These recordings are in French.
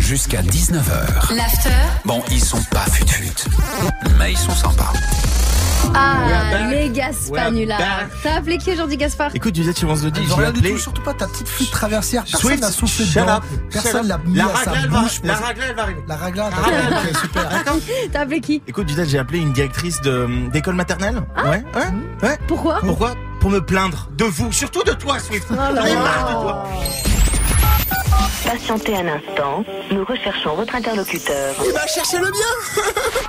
jusqu'à 19h. L'after. Bon, ils sont pas fut-fut, mais ils sont sympas. Les Gaspanulars. T'as appelé qui aujourd'hui, Gaspard? Écoute, du tu penses de dire, J'ai j'ai rien du appelé. tout, surtout pas ta petite flûte traversière. Personne Swift, n'a soufflé shut dedans. up, Personne l'a mis La à sa ragla, bouche. la ragla, elle va arriver. La ragla, ok, super. T'as appelé qui? Écoute, du j'ai appelé une directrice d'école maternelle. Ouais. Pourquoi? Pourquoi? Pour me plaindre de vous, surtout de toi, Swift. J'en ai marre de toi. Patientez un instant, nous recherchons votre interlocuteur. Il va chercher le bien.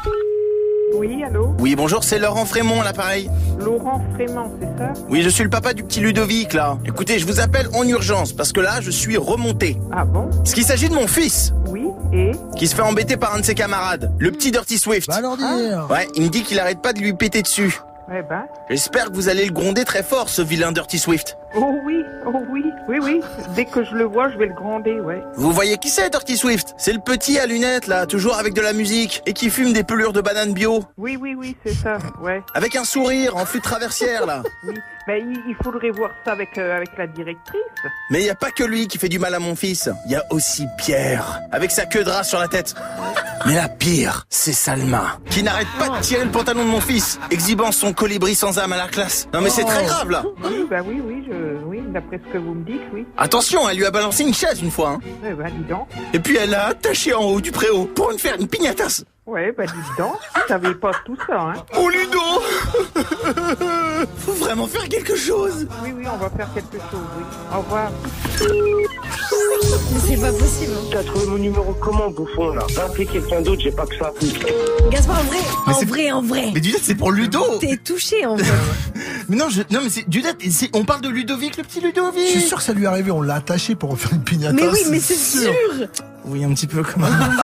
Oui, allô? Oui, bonjour, c'est Laurent Frémont, l'appareil. Laurent Frémont, c'est ça? Oui, je suis le papa du petit Ludovic, là. Écoutez, je vous appelle en urgence, parce que là, je suis remonté. Ah bon? Parce qu'il s'agit de mon fils, Oui, et? qui se fait embêter par un de ses camarades, le petit Dirty Swift. Va leur dire. Ouais, il me dit qu'il arrête pas de lui péter dessus. Eh ben... J'espère que vous allez le gronder très fort, ce vilain Dirty Swift. Oh oui. Dès que je le vois, je vais le gronder, ouais. Vous voyez qui c'est, Dirty Swift? C'est le petit à lunettes, là, toujours avec de la musique, et qui fume des pelures de bananes bio. Oui, c'est ça, ouais. Avec un sourire, en flûte traversière, là. Oui, mais il faudrait voir ça avec la directrice. Mais il y a pas que lui qui fait du mal à mon fils. Il y a aussi Pierre, avec sa queue de rat sur la tête. Mais la pire, c'est Salma, qui n'arrête pas de tirer le pantalon de mon fils, exhibant son colibri sans âme à la classe. Non mais c'est très grave, là. Oui, d'après ce que vous me dites, oui. Attention, elle lui a balancé une chaise une fois, hein. Eh ben, dis donc. Et puis elle l'a attaché en haut du préau pour me faire une piñatas. Ouais, dis donc. Je savais pas tout ça, hein. Oh Ludo. Faut vraiment faire quelque chose. Oui, on va faire quelque chose, oui. Au revoir. Mais c'est pas possible. T'as trouvé mon numéro comment, bouffon, là? Va appeler quelqu'un d'autre, j'ai pas que ça. Gaspard, en vrai. Mais Dudette, c'est pour Ludo. T'es touché, en fait. Mais non, mais c'est Dudette, on parle de Ludovic, le petit Ludovic. Je suis sûr que ça lui est arrivé, on l'a attaché pour en faire une piñata. Mais oui, mais c'est sûr. Oui, un petit peu comme